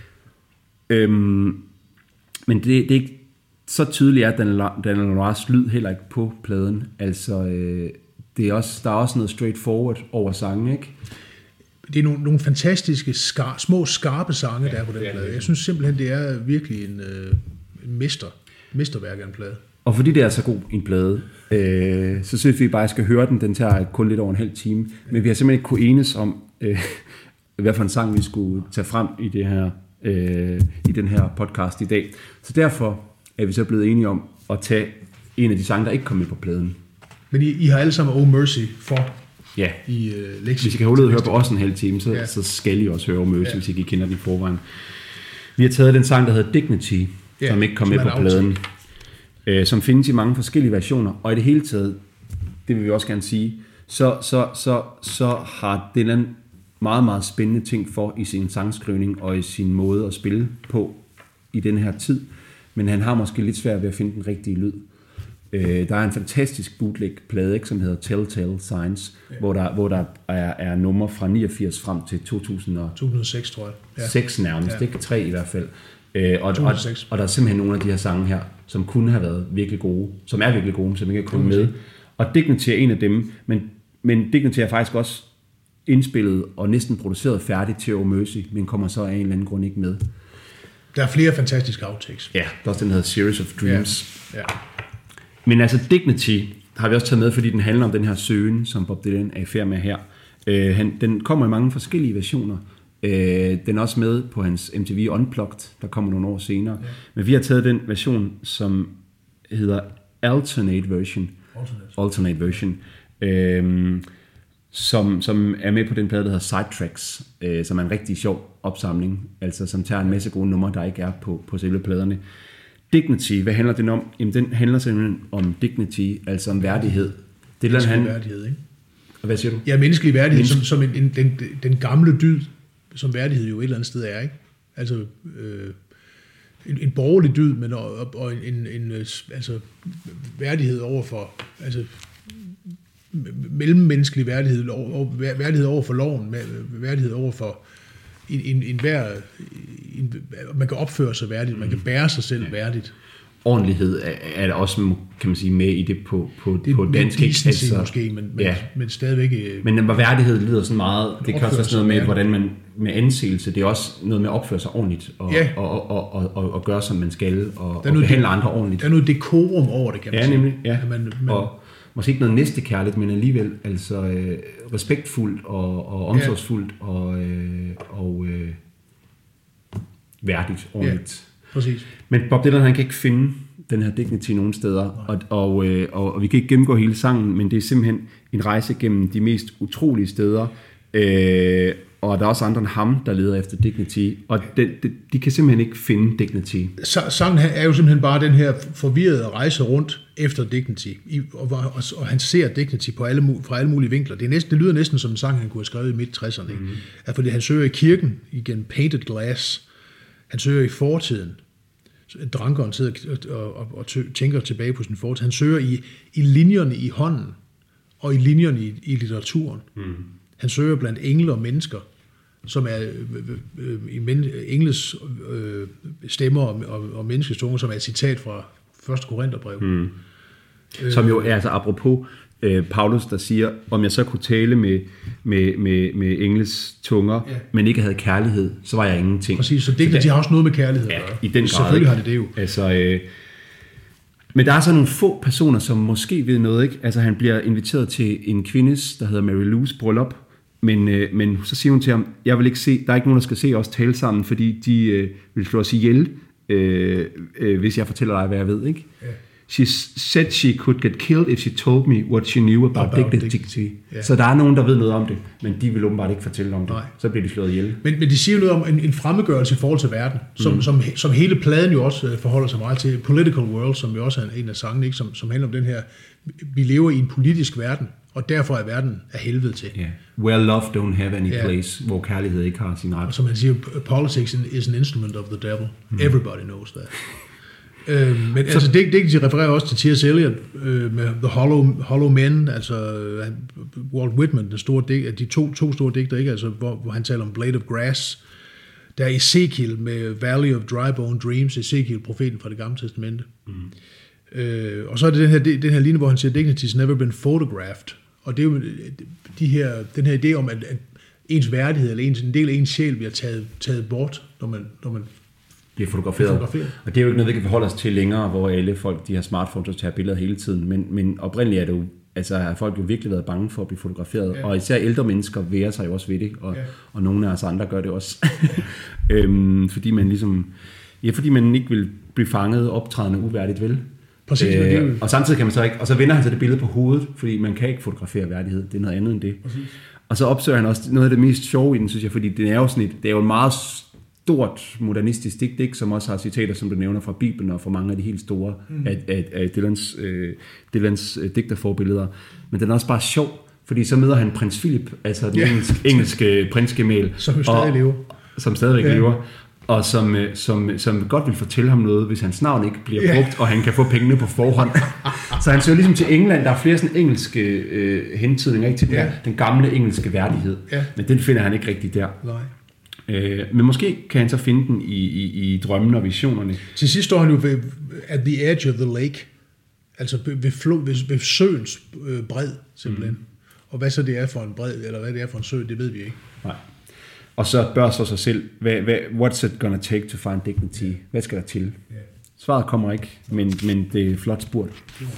S2: Øhm, men det, det er ikke så tydeligt, at Daniel Lanois lyd heller ikke på pladen. Altså, øh, det er også, der er også noget straightforward over sangen, ikke?
S3: Det er nogle, nogle fantastiske, skar, små, skarpe sange, ja, der er på den plade. Jeg synes simpelthen, det er virkelig en, øh, en mester, mesterværk af en plade.
S2: Og fordi det er så god en plade, øh, så synes vi bare, at jeg skal høre den. Den tager kun lidt over en halv time. Men vi har simpelthen ikke kunne enes om, øh, hvad for en sang vi skulle tage frem i, det her, øh, i den her podcast i dag. Så derfor er vi så blevet enige om at tage en af de sange, der ikke kom med på pladen.
S3: Men I, I har alle sammen Oh Mercy for
S2: ja.
S3: i uh, lektion.
S2: Hvis I kan holde ud og høre på os en halv time, så,
S3: ja.
S2: så skal I også høre Oh Mercy, ja. hvis I ikke kender den i forvejen. Vi har taget den sang, der hedder Dignity, ja, som ikke kom med på pladen. Øh, som findes i mange forskellige versioner, og i det hele taget, det vil vi også gerne sige, så, så, så, så har Dylan meget, meget spændende ting for i sin sangskrivning og i sin måde at spille på i den her tid, men han har måske lidt svært ved at finde den rigtige lyd. Øh, der er en fantastisk bootleg-plade, ikke, som hedder Telltale Signs, ja. hvor der, hvor der er, er numre fra niogfirs frem til to tusind og
S3: seks, tror jeg. Ja.
S2: seks nærmest,
S3: ja.
S2: ikke tre i hvert fald. Øh, og, og, og der er simpelthen nogle af de her sange her, som kunne have været virkelig gode, som er virkelig gode, som ikke er kommet med. Og Dignity er en af dem, men, men Dignity er faktisk også indspillet og næsten produceret færdigt til Oh Mercy, men kommer så af en eller anden grund ikke med.
S3: Der er flere fantastiske outtakes.
S2: Ja, der er også den, der hedder Series of Dreams.
S3: Ja. Ja.
S2: Men altså Dignity har vi også taget med, fordi den handler om den her søgen, som Bob Dylan er i færd med her. Øh, han, den kommer i mange forskellige versioner. Øh, den er også med på hans M T V Unplugged, der kommer nogle år senere. Ja. Men vi har taget den version, som hedder Alternate Version.
S3: Alternate,
S2: Alternate Version. Øh, som, som er med på den plade, der hedder Sidetracks, øh, som er en rigtig sjov opsamling, altså som tager en masse gode numre, der ikke er på, på selve pladerne. Dignity, hvad handler den om? Jamen, den handler simpelthen om dignity, altså om værdighed. Det er
S3: han... værdighed, ikke?
S2: Hvad siger du?
S3: Ja, menneskelig værdighed, Menneske... som, som en, en, den, den gamle dyd, som værdighed jo et eller andet sted er, ikke? Altså øh, en, en borgerlig dyd, men og, og en, en, en altså værdighed over for, altså mellemmenneskelig værdighed, over, værdighed over for loven, værdighed over for en, en, en hver, en, man kan opføre sig værdigt, man kan bære sig selv ja. værdigt.
S2: Ordentlighed er, er der også, kan man sige, med i det på, på,
S3: det,
S2: på dansk.
S3: Det er altså, måske, men, men,
S2: ja.
S3: men stadigvæk...
S2: Men den værdighed lyder sådan meget, det kan også være noget med, hvordan man, med anseelse, det er også noget med at opføre sig ordentligt, og, ja. og, og, og, og, og, og gøre, som man skal, og, og behandle andre ordentligt.
S3: Der er noget dekorum over det, kan man
S2: ja,
S3: sige.
S2: Nemlig, ja,
S3: man,
S2: man, og måske ikke noget næstekærligt, men alligevel altså øh, respektfuldt og, og omsorgsfuldt ja. og, øh, og øh, værdigt, ordentligt.
S3: Ja, præcis.
S2: Men Bob Dylan, han kan ikke finde den her dignity nogen steder, og, og, øh, og, og vi kan ikke gennemgå hele sangen, men det er simpelthen en rejse gennem de mest utrolige steder, øh, og der er også andre end ham, der leder efter dignity, og de, de, de kan simpelthen ikke finde dignity.
S3: Sangen er jo simpelthen bare den her forvirrede rejse rundt efter dignity, I, og, og, og han ser dignity på alle, fra alle mulige vinkler. Det, er næsten, det lyder næsten som en sang, han kunne have skrevet i midt tresserne. Mm. At fordi han søger i kirken igen, painted glass, han søger i fortiden, drankeren sidder og, og, og tænker tilbage på sin fortid, han søger i, i linjerne i hånden, og i linjerne i, i litteraturen. Mm. Han søger blandt engle og mennesker, som er øh, øh, i men, engles øh, stemmer og, og, og menneskets tunge, som er et citat fra første Korintherbrev. Mm.
S2: Øh, som jo er altså apropos øh, Paulus, der siger, om jeg så kunne tale med, med, med, med engles tunger, ja. men ikke havde kærlighed, så var jeg ingenting.
S3: Præcis, så det de har også noget med kærlighed
S2: ja,
S3: at gøre.
S2: I den grad.
S3: Selvfølgelig har det det jo.
S2: Altså, øh, men der er så nogle få personer, som måske ved noget, ikke? Altså han bliver inviteret til en kvindes, der hedder Mary Lou's bryllup, men, øh, men så siger hun til ham, jeg vil ikke se, der er ikke nogen, der skal se os tale sammen, fordi de øh, vil slå os ihjel, øh, øh, hvis jeg fortæller dig, hvad jeg ved, ikke? Ja. She said she could get killed if she told me what she knew about, about dignity. Yeah. Så der er nogen, der ved noget om det, men de vil åbenbart ikke fortælle om det. Nej. Så bliver de slået ihjel. Men,
S3: men de siger noget om en, en fremmedgørelse i forhold til verden, som, mm. som, som hele pladen jo også forholder sig meget til. Political World, som jo også er en af sangene, ikke? Som, som handler om den her, vi lever i en politisk verden, og derfor er verden af helvede til.
S2: Yeah. Where love don't have any yeah. place, hvor kærlighed ikke har sin ret.
S3: Og som han siger, politics is an instrument of the devil. Mm. Everybody knows that. Øh, men så, altså det, det refererer også til T S. Eliot øh, med The Hollow, Hollow Men, altså øh, Walt Whitman, den store digt, de to, to store digter, ikke? Altså, hvor, hvor han taler om Blade of Grass. Der er Ezekiel med Valley of Dry Bone Dreams, Ezekiel, profeten fra det gamle testamente. Mm. Øh, og så er det den her, den her linje, hvor han siger, dignity has never been photographed. Og det er jo de her, den her idé om, at, at ens værdighed, eller ens, en del af ens sjæl bliver taget, taget bort, når man, når man
S2: bliver fotograferet. fotograferet. Og det er jo ikke noget, vi kan forholde os til længere, hvor alle folk, de har smartphones og tager billeder hele tiden. Men, men oprindeligt er det jo, altså har folk jo virkelig været bange for at blive fotograferet. Ja. Og især ældre mennesker værer sig jo også ved det, og, ja. og nogle af os andre gør det også. øhm, fordi man ligesom, ja, fordi man ikke vil blive fanget optrædende uværdigt, vel?
S3: Præcis, øh, det jo...
S2: Og samtidig kan man så ikke, og så vender han sig det billede på hovedet, fordi man kan ikke fotografere værdighed. Det er noget andet end det. Præcis. Og så opsøger han også noget af det mest sjove i den, synes jeg, fordi det er jo sådan et, det er jo en meget stort modernistisk digt, ikke, som også har citater, som du nævner fra Bibelen og fra mange af de helt store mm. af, af, af Dylans, øh, Dylans øh, digterforbilleder. Men den er også bare sjov, fordi så møder han prins Philip, altså den yeah. engelske, engelske prinsgemæl,
S3: som stadig og, lever.
S2: Som stadigvæk yeah. lever, og som, som, som godt vil fortælle ham noget, hvis hans navn ikke bliver brugt, yeah. og han kan få pengene på forhånd. Så han søger ligesom til England, der er flere sådan engelske øh, hentydninger, ikke, til yeah. den, den gamle engelske værdighed. Yeah. Men den finder han ikke rigtig der. Nej. Øh, men måske kan han så finde den i, i, i drømmene og visionerne.
S3: Til sidst står han jo ved, at the edge of the lake, altså ved, flo, ved, ved søens øh, bred, simpelthen. Mm. Og hvad så det er for en bred, eller hvad det er for en sø, det ved vi ikke.
S2: Nej. Og så bør så sig selv, hvad, hvad, what's it gonna take to find dignity? Hvad skal der til? Yeah. Svaret kommer ikke, men, men det er flot spurgt.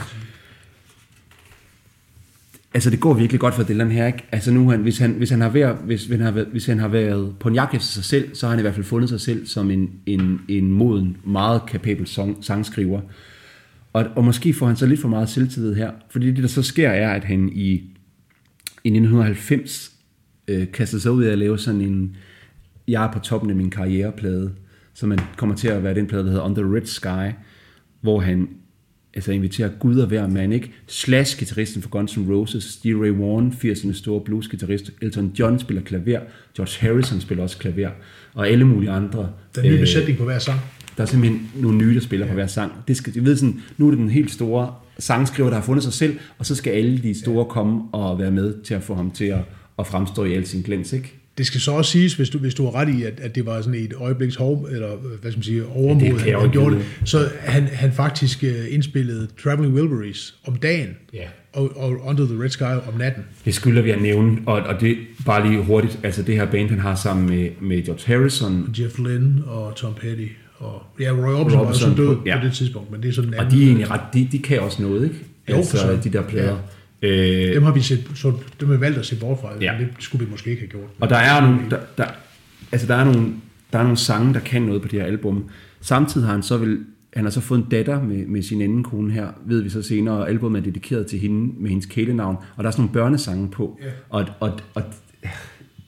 S2: Altså det går virkelig godt for Dylan her, ikke? Altså nu han, hvis han hvis han har været hvis, hvis han har været, hvis han har været på en jagt efter sig selv, så har han i hvert fald fundet sig selv som en en en moden, meget kapabel song, sangskriver. Og og måske får han så lidt for meget selvtillid her, fordi det der så sker er at han i i nitten halvfems øh, kaster sig ud af at lave sådan en jeg er på toppen af min karriereplade, så man kommer til at være den plade der hedder On the Red Sky, hvor han altså inviterer Gud og hver mand, ikke? Slash, guitaristen for Guns N' Roses, Stevie Ray Vaughan, firsernes store bluesguitarist, Elton John spiller klaver, George Harrison spiller også klaver, og alle mulige andre.
S3: Der er en ny besætning på hver sang.
S2: Der er simpelthen nogle nye, der spiller ja. på hver sang. Det skal, jeg ved sådan, nu er det den helt store sangskriver, der har fundet sig selv, og så skal alle de store ja. komme og være med til at få ham til at, at fremstå i al sin glans, ikke?
S3: Det skal så også siges, hvis du, hvis du har ret i, at, at det var sådan et øjebliks hov, eller hvad skal man sige, overmod, ja, han, han gjorde det, så han, han faktisk indspillede Traveling Wilburys om dagen, ja. og, og Under the Red Sky om natten.
S2: Det skylder vi at nævne, og, og det bare lige hurtigt, altså det her band, han har sammen med, med George Harrison,
S3: Jeff Lynne og Tom Petty, og ja, Roy Orbison var også død på, ja. på det tidspunkt, men det er sådan en
S2: og de er egentlig ret, de, de kan også noget, ikke? Jo, altså, for de der plader. Ja.
S3: Øh, dem har vi set, så dem har vi valgt at se bort fra, ja. men det skulle vi måske ikke have gjort.
S2: Og der er nogle, der, der, altså der er nogle, der er nogle sange, der kan noget på det her album. Samtidig har han så vel, han har så fået en datter med, med sin anden kone her, ved vi så senere, og albumet er dedikeret til hende med hendes kælenavn, og der er sådan nogle børnesange på, ja. og, og, og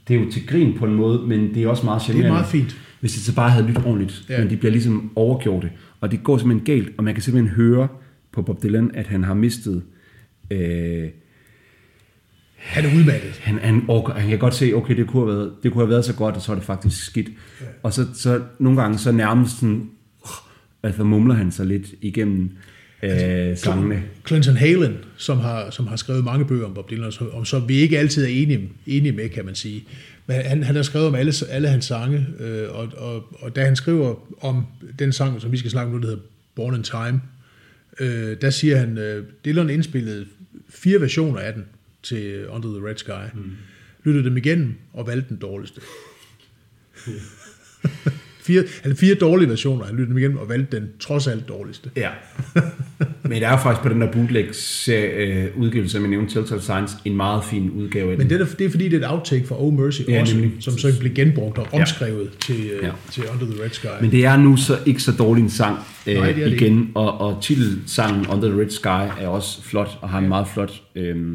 S2: det er jo til grin på en måde, men det er også meget charmerende.
S3: Det er meget fint.
S2: Hvis det så bare havde lyttet ordentligt, ja. Men de bliver ligesom overgjort det, og det går simpelthen galt, og man kan simpelthen høre på Bob Dylan, at han har mistet... Øh,
S3: han er udmattet.
S2: Han, han, orker, han kan godt se, okay, det kunne have været, det kunne have været så godt, og så er det faktisk skidt. Ja. Og så, så nogle gange, så nærmest sådan, altså mumler han sig lidt igennem øh, altså, sangene.
S3: Clinton Halen, som har, som har skrevet mange bøger om Bob Dylan, om som vi ikke altid er enige, enige med, kan man sige. Men han, han har skrevet om alle, alle hans sange, øh, og, og, og da han skriver om den sang, som vi skal snakke om nu, der hedder Born in Time, øh, der siger han, øh, Dylan indspillede fire versioner af den til Under the Red Sky, mm. lyttede dem igennem og valgte den dårligste. fire, han fire dårlige versioner, han lyttede dem igennem og valgte den trods alt dårligste.
S2: Ja. Men det er jo faktisk på den der bootleg-udgivelse, som jeg nævnte, Telltale Signs, en meget fin udgave af den.
S3: Men det er, det er fordi, det er et outtake fra Oh Mercy, ja, også, som så blev genbrugt og omskrevet ja. til, ja. til Under the Red Sky. Men
S2: det er nu så ikke så dårlig en sang øh, Nej, det er igen, det og, og titelsangen Under the Red Sky er også flot, og har en ja. meget flot øh,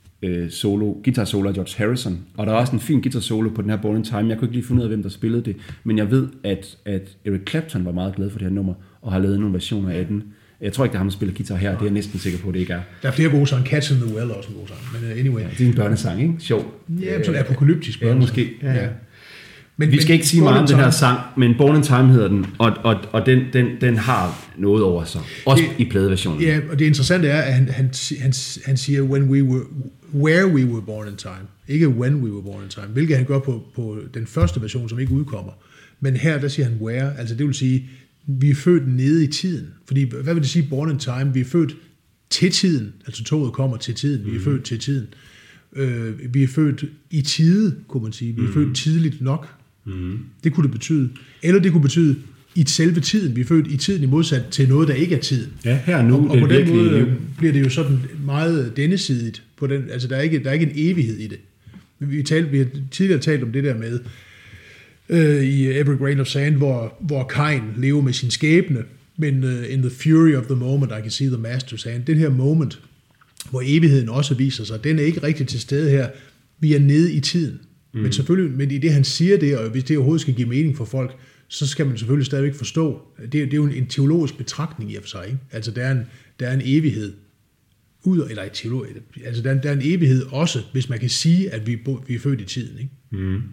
S2: solo, guitar solo af George Harrison. Og der er også en fin guitar solo på den her Born in Time. Jeg kunne ikke lige finde ud af, hvem der spillede det, men jeg ved, at, at Eric Clapton var meget glad for det her nummer, og har lavet nogle versioner af den. Jeg tror ikke, det er ham, der spiller guitar her. Det er jeg næsten sikker på, at det ikke er.
S3: Der er flere gode sange. Cats in the Well er også en god sang. Men uh, anyway.
S2: Ja, det er en børnesang, ikke? Sjov.
S3: Ja, sådan apokalyptisk børnesang.
S2: Ja, måske. Ja, ja.
S3: Men,
S2: vi skal
S3: men,
S2: ikke sige meget om den her sang, men Born in Time hedder den, og, og, og den, den, den har noget over sig. Også det, i pladeversionen.
S3: Ja, og det interessante er, at han, han, han, han siger, when we were, where we were born in time. Ikke when we were born in time. Hvilket han gør på, på den første version, som ikke udkommer. Men her, der siger han where. Altså det vil sige, vi er født nede i tiden. Fordi, hvad vil det sige, born in time? Vi er født til tiden. Altså toget kommer til tiden. Vi er mm. født til tiden. Øh, vi er født i tide, kunne man sige. Vi er mm. født tidligt nok. Mm. Det kunne det betyde. Eller det kunne betyde i selve tiden. Vi er født i tiden i modsat til noget, der ikke er tiden.
S2: Ja, her nu.
S3: Og, og på den måde liv. bliver det jo sådan meget dennesidigt. På den, altså der er, ikke, der er ikke en evighed i det. Vi, talte, vi har tidligere talt om det der med øh, i Every Grain of Sand, hvor, hvor Kain lever med sin skæbne, men uh, in the fury of the moment, I can see the master's hand. Den her moment, hvor evigheden også viser sig, den er ikke rigtig til stede her. Vi er nede i tiden. Mm. Men selvfølgelig, men i det han siger det, og hvis det overhovedet skal give mening for folk, så skal man selvfølgelig stadigvæk forstå. Det, det er jo en, en teologisk betragtning i og for sig. Ikke? Altså der er en, der er en evighed ud, eller et teolog, altså der er, der er en evighed også, hvis man kan sige, at vi, vi er født i tiden. Ikke?
S2: Mm.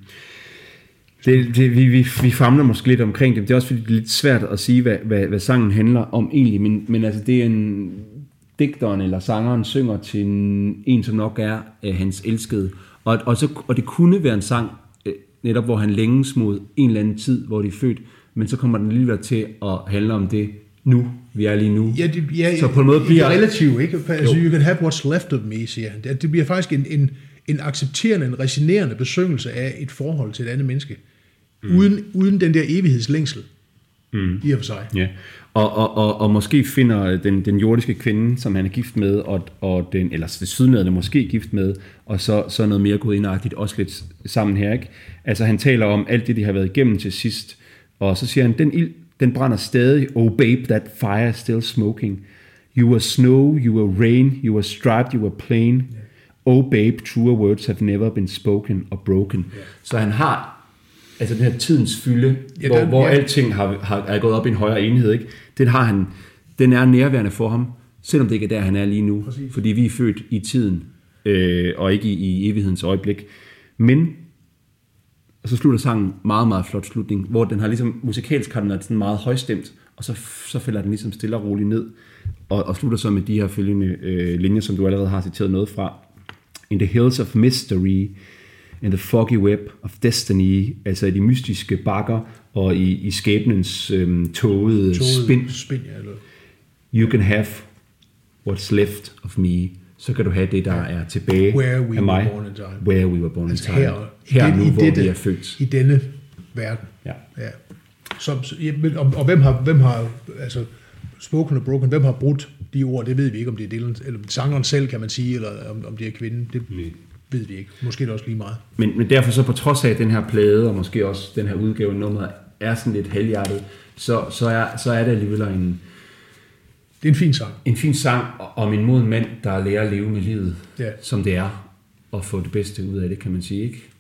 S2: Det, det, vi, vi, vi famler måske lidt omkring det. Det er også fordi, det er lidt svært at sige, hvad, hvad, hvad sangen handler om egentlig, men, men altså det er en digteren eller sangeren synger til en, en som nok er uh, hans elskede. Og, og, så, og det kunne være en sang, øh, netop hvor han længes mod en eller anden tid, hvor de er født, men så kommer den alligevel til at handle om det nu, vi er lige nu.
S3: Ja, det, ja,
S2: så på en måde bliver...
S3: Det er relativt, ikke? Altså, you can have what's left of me, siger han. Det bliver faktisk en, en, en accepterende, en resignerende besyngelse af et forhold til et andet menneske, mm. uden, uden den der evighedslængsel, mm. i og for sig.
S2: Ja. Og, og, og, og måske finder den, den jordiske kvinde, som han er gift med, og, og den, eller det sydnædende måske gift med, og så, så noget mere gudindagtigt også lidt sammen her, ikke? Altså han taler om alt det, de har været igennem til sidst, og så siger han, den ild, den brænder stadig, oh babe, that fire is still smoking. You were snow, you were rain, you were striped, you were plain. Oh babe, truer words have never been spoken or broken. Yeah. Så han har altså den her tidens fylde, ja, hvor, den, hvor ja. alting har, har, er gået op i en højere enhed, ikke? Den har han, den er nærværende for ham, selvom det ikke er der, han er lige nu. Præcis. Fordi vi er født i tiden, øh, og ikke i, i evighedens øjeblik. Men, og så slutter sangen meget, meget flot slutning, hvor den har ligesom, musikalsk har den er sådan meget højstemt, og så, så falder den ligesom stille og roligt ned, og, og slutter så med de her følgende øh, linjer, som du allerede har citeret noget fra. In the hills of mystery, in the foggy web of destiny, altså i de mystiske bakker, og i, i skæbnens øhm, tågede spin.
S3: spin ja, eller...
S2: You can have what's left of me. Så kan du have det, der er tilbage
S3: Where we
S2: af mig.
S3: Were born in time.
S2: Where we were born
S3: altså
S2: in time.
S3: Her,
S2: her
S3: den,
S2: nu,
S3: i
S2: hvor
S3: dette,
S2: vi er født.
S3: I denne verden.
S2: Ja.
S3: ja. Som, ja, og, og hvem har, hvem har altså, spoken og broken, hvem har brudt de ord, det ved vi ikke, om det er Dylan, eller sangeren selv, kan man sige, eller om, om det er kvinden. Det Nej. ved vi ikke. Måske er det også lige meget.
S2: Men, men derfor så på trods af, at den her plade, og måske også den her udgave nummer, er sådan lidt halvhjertet, så, så, er, så er det alligevel en...
S3: Det er en fin sang.
S2: En fin sang om en moden mand, der lærer at leve med livet,
S3: ja.
S2: som det er, og få det bedste ud af det, kan man sige, ikke? Og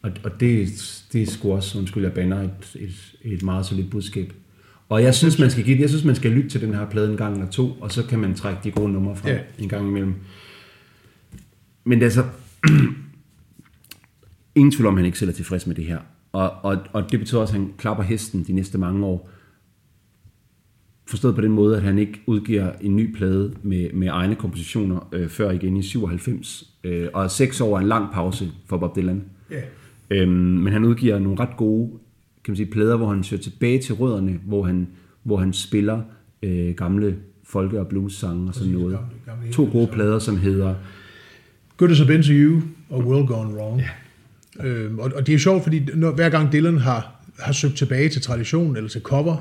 S2: og, og det, det er sgu også, undskyld, jeg bander et, et, et meget solidt budskab. Og jeg synes, man skal give, jeg synes, man skal lytte til den her plade en gang eller to, og så kan man trække de gode numre fra ja. en gang imellem. Men det er så... ingen tvivl om, han ikke selv er tilfreds med det her. Og, og, og det betyder også, at han klapper hesten de næste mange år. Forstået på den måde, at han ikke udgiver en ny plade med, med egne kompositioner øh, før igen i syvoghalvfems. Øh, og seks år er en lang pause for Bob Dylan. Yeah. Øhm, men han udgiver nogle ret gode kan man sige, plader, hvor han søger tilbage til rødderne, hvor han, hvor han spiller øh, gamle folke- og blues-sange og sådan noget. Gamle, gamle to gode plader, som hedder
S3: Good As I've Been To You og World Gone Wrong. Yeah. Øhm, og, og det er jo sjovt, fordi når, hver gang Dylan har, har søgt tilbage til traditionen eller til cover,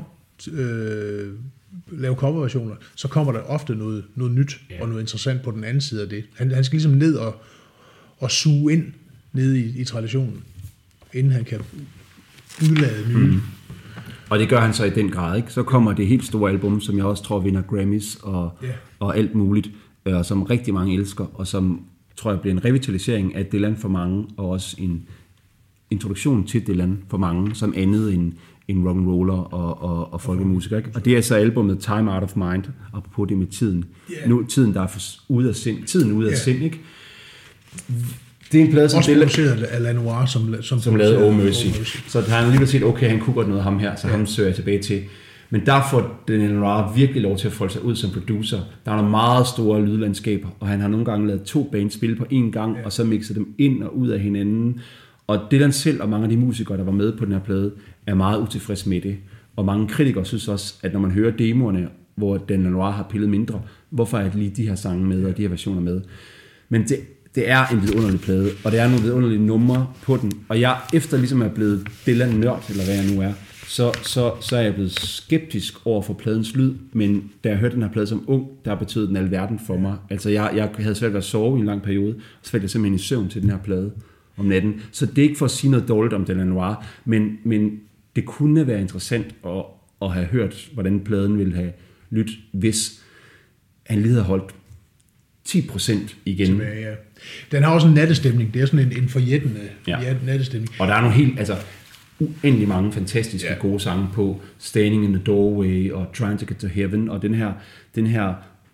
S3: øh, lave coverversioner, så kommer der ofte noget, noget nyt yeah. og noget interessant på den anden side af det. Han, han skal ligesom ned og, og suge ind ned i, i traditionen, inden han kan udlade nye. Mm.
S2: Og det gør han så i den grad, ikke? Så kommer det helt store album, som jeg også tror vinder Grammys og, yeah. og alt muligt, og som rigtig mange elsker, og som tror jeg bliver en revitalisering af Dylan for mange, og også en introduktion til Dylan for mange, som andet end en rock'n'roller og, og, og folkemusiker. Ikke? Og det er så albumet Time Out of Mind, apropos det med tiden. Yeah. Nu tiden, der er for, ude af sind, tiden ude af yeah. sind, ikke? Det er en plade, som
S3: også produceret af Lanoir, som, som,
S2: som lavede Oh Mercy. Så han har lige set, okay, han kunne godt noget af ham her, så ja. ham søger jeg tilbage til. Men der får Lanoir virkelig lov til at folde sig ud som producer. Der er nogle meget store lydlandskaber, og han har nogle gange lavet to bands spille på én gang, ja. og så mixet dem ind og ud af hinanden. Og Dylan selv og mange af de musikere, der var med på den her plade, er meget utilfreds med det. Og mange kritikere synes også, at når man hører demoerne, hvor Dan Lanoir har pillet mindre, hvorfor er det lige de her sange med og de her versioner med? Men det Det er en vidunderlig plade, og det er nogle vidunderlige numre på den. Og jeg, efter ligesom er blevet Dylan-nørd, eller hvad jeg nu er, så, så, så er jeg blevet skeptisk over for pladens lyd. Men da jeg hørte den her plade som ung, der betød den alverden for mig. Altså, jeg, jeg havde svært ved at sove i en lang periode, så faldt jeg simpelthen i søvn til den her plade om natten. Så det er ikke for at sige noget dårligt om Dylan Noir, men, men det kunne være interessant at, at have hørt, hvordan pladen ville have lyttet, hvis han lige havde holdt ti procent igen.
S3: Tilbage, ja. Den har også en nattestemning. Det er sådan en, en forjættende
S2: ja.
S3: nattestemning.
S2: Og der er nogle helt, altså uendelig mange fantastiske ja. gode sange på Standing in the Doorway og Trying to Get to Heaven, og den her, den her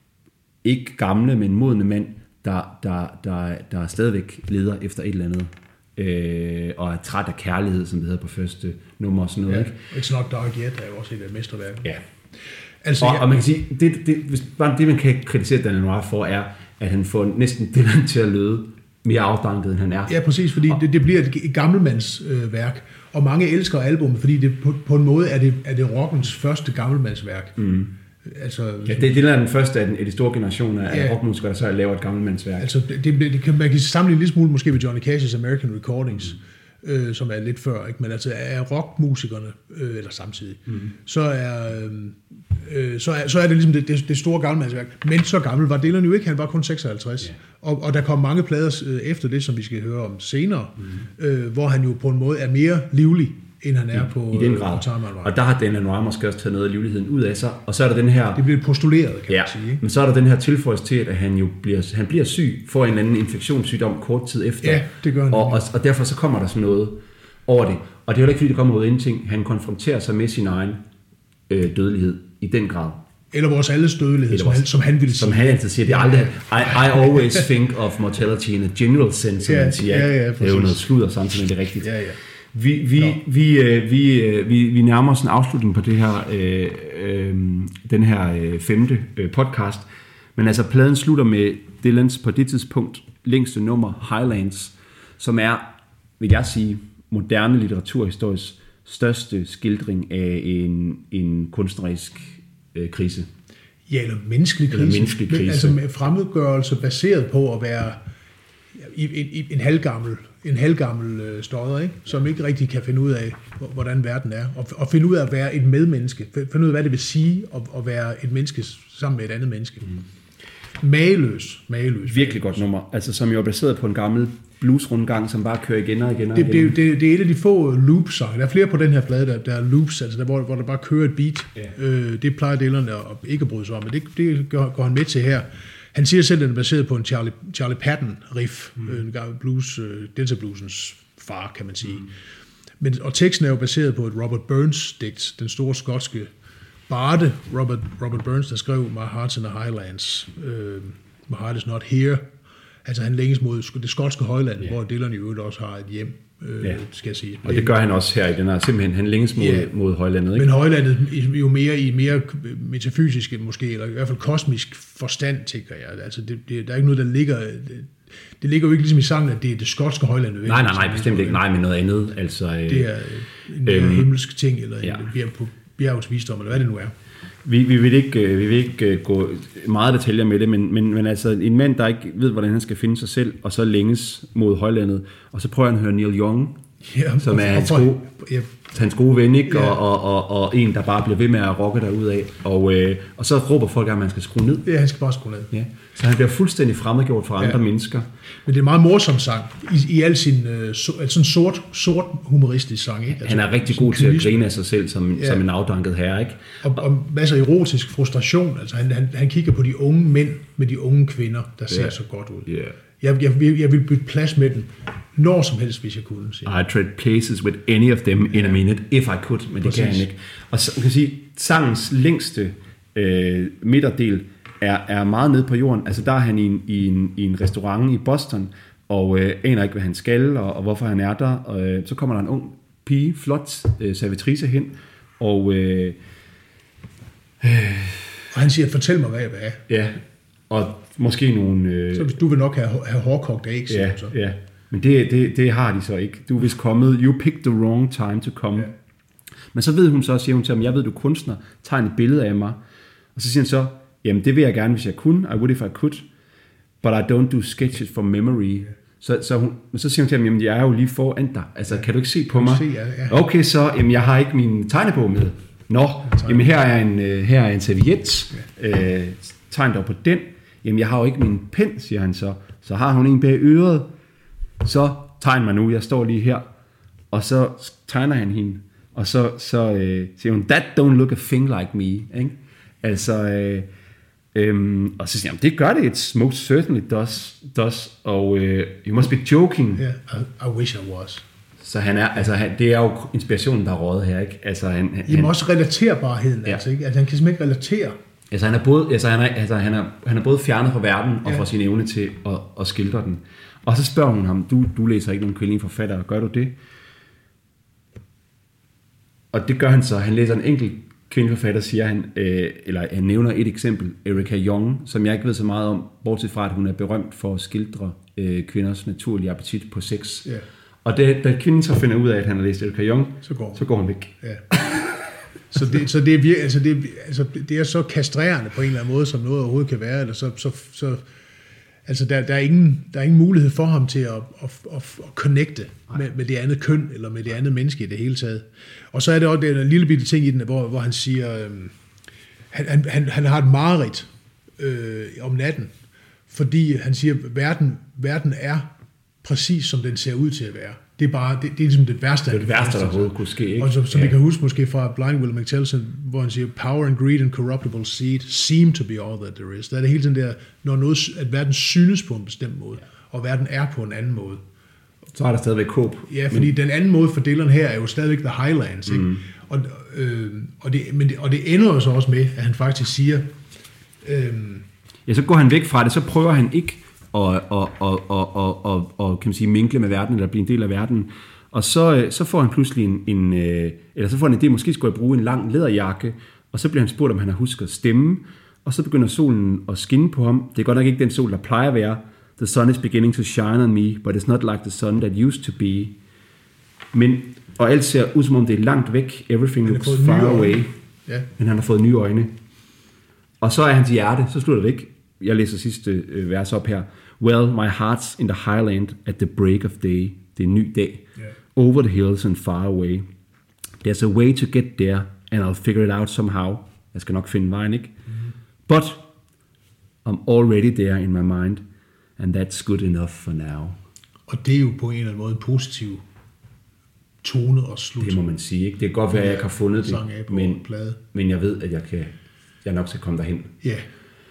S2: ikke gamle, men modne mand, der, der, der, der stadigvæk leder efter et eller andet, øh, og er træt af kærlighed, som det hedder på første nummer og sådan noget.
S3: Ja.
S2: Ikke?
S3: It's Not Dark Yet er jo også et af mesterværket.
S2: Ja. Altså, og, ja. og man kan sige, det, det, hvis, bare det man kan kritisere Dan Lanoir for, er, at han får næsten Dylan til at lyde mere afdanket, end han er.
S3: Ja, præcis, fordi og, det, det bliver et, et gammelmands øh, værk, og mange elsker albumet, fordi det på, på en måde er det, er det rockens første gammelmandsværk. Mm. Altså,
S2: ja, det, det er den første af, den, af de store generationer af ja. rockmusikere, der så laver et gammelmandsværk.
S3: Altså, det, det, det kan, man kan sammenligne lidt smule måske med Johnny Cash's American Recordings, mm. øh, som er lidt før, ikke? Men altså er rockmusikerne, øh, eller samtidig, mm. så er... Øh, Så er, så er det ligesom det, det, det store gammelmandsværk. Men så gammel var Dylan jo ikke, han var kun seksoghalvtreds. Yeah. Og, og der kom mange plader øh, efter det, som vi skal høre om senere, mm. øh, hvor han jo på en måde er mere livlig, end han er
S2: I,
S3: på
S2: i den grad.
S3: Øh,
S2: og der har Dan Lanoir måske også taget noget af livligheden ud af sig. Og så er der den her...
S3: Det bliver postuleret, kan
S2: ja,
S3: man sige. Ikke?
S2: Men så er der den her tilføjelse til, at han jo bliver, han bliver syg, får en eller anden infektionssygdom kort tid efter.
S3: Ja, det gør han.
S2: Og, og, og derfor så kommer der sådan noget over det. Og det er jo ikke, fordi det kommer ud af ingenting. Han konfronterer sig med sin egen øh, dødelighed i den grad.
S3: Eller vores alles dødelighed, som, han, som han ville sige.
S2: Som han altid siger. Det er aldrig, I, I always think of mortality in a general sense, som
S3: ja,
S2: han siger.
S3: Ja, ja,
S2: det er jo noget sludder samtidig, men det er rigtigt.
S3: Ja, ja.
S2: Vi, vi, vi, øh, vi, øh, vi, vi nærmer os en afslutning på det her, øh, øh, den her øh, femte øh, podcast. Men altså, pladen slutter med Dylans på det tidspunkt længste nummer, Highlands, som er, vil jeg sige, moderne litteraturhistories største skildring af en, en kunstnerisk øh, krise.
S3: Ja, eller menneskelig krise.
S2: Eller menneskelig krise.
S3: Altså med fremmedgørelse baseret på at være en, en, en halvgammel, en halvgammel øh, stodder, ikke? Som ikke rigtig kan finde ud af, hvordan verden er. Og, og finde ud af at være et medmenneske. Finde ud af, hvad det vil sige at, at være et menneske sammen med et andet menneske. Mm. Mageløs. Mageløs.
S2: Virkelig godt nummer. Altså, som jo er baseret på en gammel bluesrundgang, som bare kører igen og igen og
S3: det,
S2: igen.
S3: Det, det, det er et af de få loops-sange. Der er flere på den her plade, der, der er loops, altså der, hvor, hvor der bare kører et beat. Yeah. Øh, det plejer Dylan at ikke at bryde sig om, men det, det går, går han med til her. Han siger selv, at den er baseret på en Charlie, Charlie Patton-riff, mm. en gammel blues, uh, Delta Bluesens far, kan man sige. Mm. Men, og teksten er jo baseret på et Robert Burns digt, den store skotske barde Robert, Robert Burns, der skrev My Heart's in the Highlands, uh, My Heart is not here. Altså han længes mod det skotske højland, yeah. hvor Dylan i øvrigt også har et hjem, øh, yeah. skal jeg sige.
S2: Og det gør han også her i den her, simpelthen han længes mod, yeah. mod højlandet. Ikke?
S3: Men højlandet jo mere i mere metafysisk måske, eller i hvert fald kosmisk forstand, tænker jeg. Altså det, det, der er ikke noget, der ligger... Det, det ligger jo ikke ligesom i sangen, at det er det skotske højland.
S2: Nej, nej, nej, bestemt ikke. Nej, men noget andet. Altså, øh,
S3: det er en øh, himmelsk ting, eller ja. en på bjergets visdom, eller hvad det nu er.
S2: Vi, vi vil ikke, vi vil ikke gå meget detaljer med det, men, men, men altså en mand, der ikke ved, hvordan han skal finde sig selv, og så længes mod højlandet, og så prøver han at høre Neil Young, ja, som er hans gode, ja. hans gode ven, ikke? Ja. Og, og, og, og en, der bare bliver ved med at rocke derudad, og, øh, og så råber folk, at man skal skrue ned.
S3: Ja, han skal bare skrue ned.
S2: Ja. Så han bliver fuldstændig fremmedgjort for andre ja. mennesker.
S3: Men det er en meget morsom sang, i, i al sin øh, so, altså sort, sort humoristisk sang. Ikke? Altså,
S2: han er rigtig god til at grine af sig selv som, ja. som en afdanket herre. Ikke?
S3: Og, og masser af erotisk frustration. Altså, han, han, han kigger på de unge mænd med de unge kvinder, der ser yeah. så godt ud. Yeah. Jeg, jeg, jeg, jeg vil bytte plads med dem, når som helst, hvis jeg kunne. Sige.
S2: I trade places with any of them in a minute, if I could, men det Præcis. kan han ikke. Og så man kan sige, sangens længste øh, midterdel er, er meget nede på jorden. Altså der er han i en, i en, i en restaurant i Boston, og øh, aner ikke, hvad han skal, og, og hvorfor han er der. Og øh, så kommer der en ung pige, flot øh, servitrice hen, og... Øh,
S3: øh, og han siger, fortæl mig, hvad jeg vil have.
S2: Ja, og måske nogle... Øh,
S3: så du vil nok have, have hårdkogt æg,
S2: ja,
S3: så.
S2: Ja, men det, det, det har de så ikke. Du er vist kommet, you picked the wrong time to come. Ja. Men så ved hun så, siger hun til ham, jeg ved, du er kunstner, tegn et billede af mig. Og så siger han så, jamen det vil jeg gerne, hvis jeg kunne, I would if I could, but I don't do sketches from memory. Ja. Så, så, hun, så siger hun til ham, jamen jeg er jo lige foran dig, altså kan du ikke se på mig?
S3: Se, ja, ja.
S2: Okay, så jamen, jeg har ikke min tegnebog med. Nå, jamen her er en, her er en serviet, ja. øh, tegn dog på den. Jamen jeg har jo ikke min pen, siger han så. Så har hun en bag øret, så tegn mig nu, jeg står lige her. Og så tegner han hende, og så, så øh, siger hun, that don't look a thing like me. Ikke? Altså, øh, øh, og så siger han, det gør det, it most certainly does, does og øh, you must be joking.
S3: Yeah, I, I wish I was.
S2: Så han er, altså han, det er jo inspirationen, der er rådet her, ikke? Altså han, han,
S3: Jamen også relaterbarheden, ja. altså, ikke? Altså han kan simpelthen ikke relatere.
S2: Altså han er både, altså han er, altså han er, han er både fjernet fra verden og ja. fra sin evne til at, at skildre den. Og så spørger hun ham, du, du læser ikke nogen kvindelige forfattere, gør du det? Og det gør han så. Han læser en enkelt kvindelig forfatter, siger han, øh, eller han nævner et eksempel, Erica Jong, som jeg ikke ved så meget om, bortset fra, at hun er berømt for at skildre øh, kvinders naturlige appetit på sex. Ja. Og det, da kvinden så finder ud af, at han har læst Erica Jong, så går, så går hun væk.
S3: Ja. Så det, så det, er vir- altså det, altså det er så kastrerende på en eller anden måde, som noget overhovedet kan være, eller så, så, så altså der, der, er ingen, der er ingen mulighed for ham til at, at, at, at connecte med, med det andet køn, eller med det andet menneske i det hele taget. Og så er det også en lille bitte ting i den, hvor, hvor han siger, øhm, han, han, han har et mareridt øh, om natten, fordi han siger, at verden, verden er præcis, som den ser ud til at være. Det er bare, det, det er ligesom det værste.
S2: Det er det værste, der overhovedet kunne ske, ikke?
S3: Og så, som ja. vi kan huske måske fra Blind Will McTelson, hvor han siger, power and greed and corruptible seed seem to be all that there is. Der er det hele tiden der, når noget, at verden synes på en bestemt måde, ja. og verden er på en anden måde.
S2: Så er der stadigvæk håb.
S3: Ja, fordi men... den anden måde for Dylan her er jo stadigvæk The Highlands, ikke? Mm. Og, øh, og, det, men det, og det ender jo så også med, at han faktisk siger... Øh,
S2: ja, så går han væk fra det, så prøver han ikke og, og, og, og, og, og, og kan man sige, minkle med verden, eller blive en del af verden. Og så, så får han pludselig en, en eller så får han en idé, måske skulle jeg bruge en lang læderjakke, og så bliver han spurgt, om han har husket at stemme, og så begynder solen at skinne på ham. Det er godt nok ikke den sol, der plejer at være. The sun is beginning to shine on me, but it's not like the sun that used to be. Men, og alt ser ud, som om det er langt væk. Everything looks far away.
S3: Ja.
S2: Men han har fået nye øjne. Og så er hans hjerte, så slutter det ikke. Jeg læser sidste vers op her. Well, my heart's in the highland at the break of day. Det er en ny dag. Yeah. Over the hills and far away. There's a way to get there, and I'll figure it out somehow. Jeg skal nok finde vejen, ikke? Mm-hmm. But I'm already there in my mind, and that's good enough for now.
S3: Og det er jo på en eller anden måde en positiv tone og slut.
S2: Det må man sige, ikke? Det kan godt være, at jeg ikke har fundet det, men, men jeg ved, at jeg, kan, jeg nok skal komme derhen.
S3: Ja.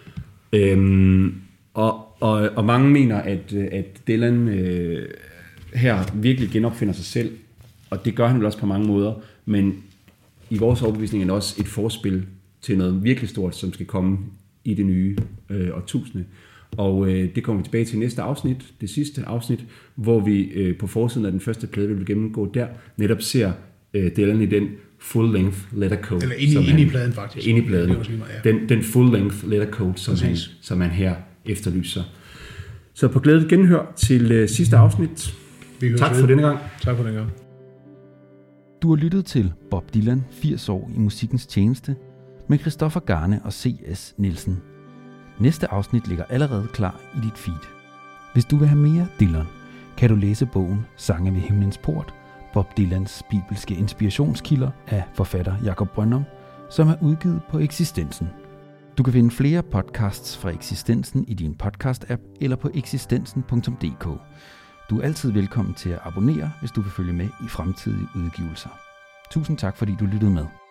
S2: Yeah. Øhm, og, og, og mange mener, at, at Dylan... Øh, her virkelig genopfinder sig selv, og det gør han vel også på mange måder, men i vores overbevisning er det også et forspil til noget virkelig stort, som skal komme i det nye øh, årtusinde. Og øh, det kommer vi tilbage til næste afsnit, det sidste afsnit, hvor vi øh, på forsiden af den første plade, vi vil gennemgå der, netop ser øh, Dylan i den full-length lettercoat.
S3: Eller inde, inde i pladen faktisk.
S2: Inde i pladen.
S3: Mig, ja.
S2: Den, den full-length lettercoat, som han, som han her efterlyser. Så på glædet genhør til øh, sidste afsnit. Tak for denne gang.
S3: Tak for denne gang.
S1: Du har lyttet til Bob Dylan, firs år i musikkens tjeneste, med Christoffer Garne og C S Nielsen. Næste afsnit ligger allerede klar i dit feed. Hvis du vil have mere Dylan, kan du læse bogen Sange ved himlens port, Bob Dylans bibelske inspirationskilder af forfatter Jakob Brøndum, som er udgivet på Eksistensen. Du kan finde flere podcasts fra Eksistensen i din podcast-app eller på eksistensen punktum d k. Du er altid velkommen til at abonnere, hvis du vil følge med i fremtidige udgivelser. Tusind tak, fordi du lyttede med.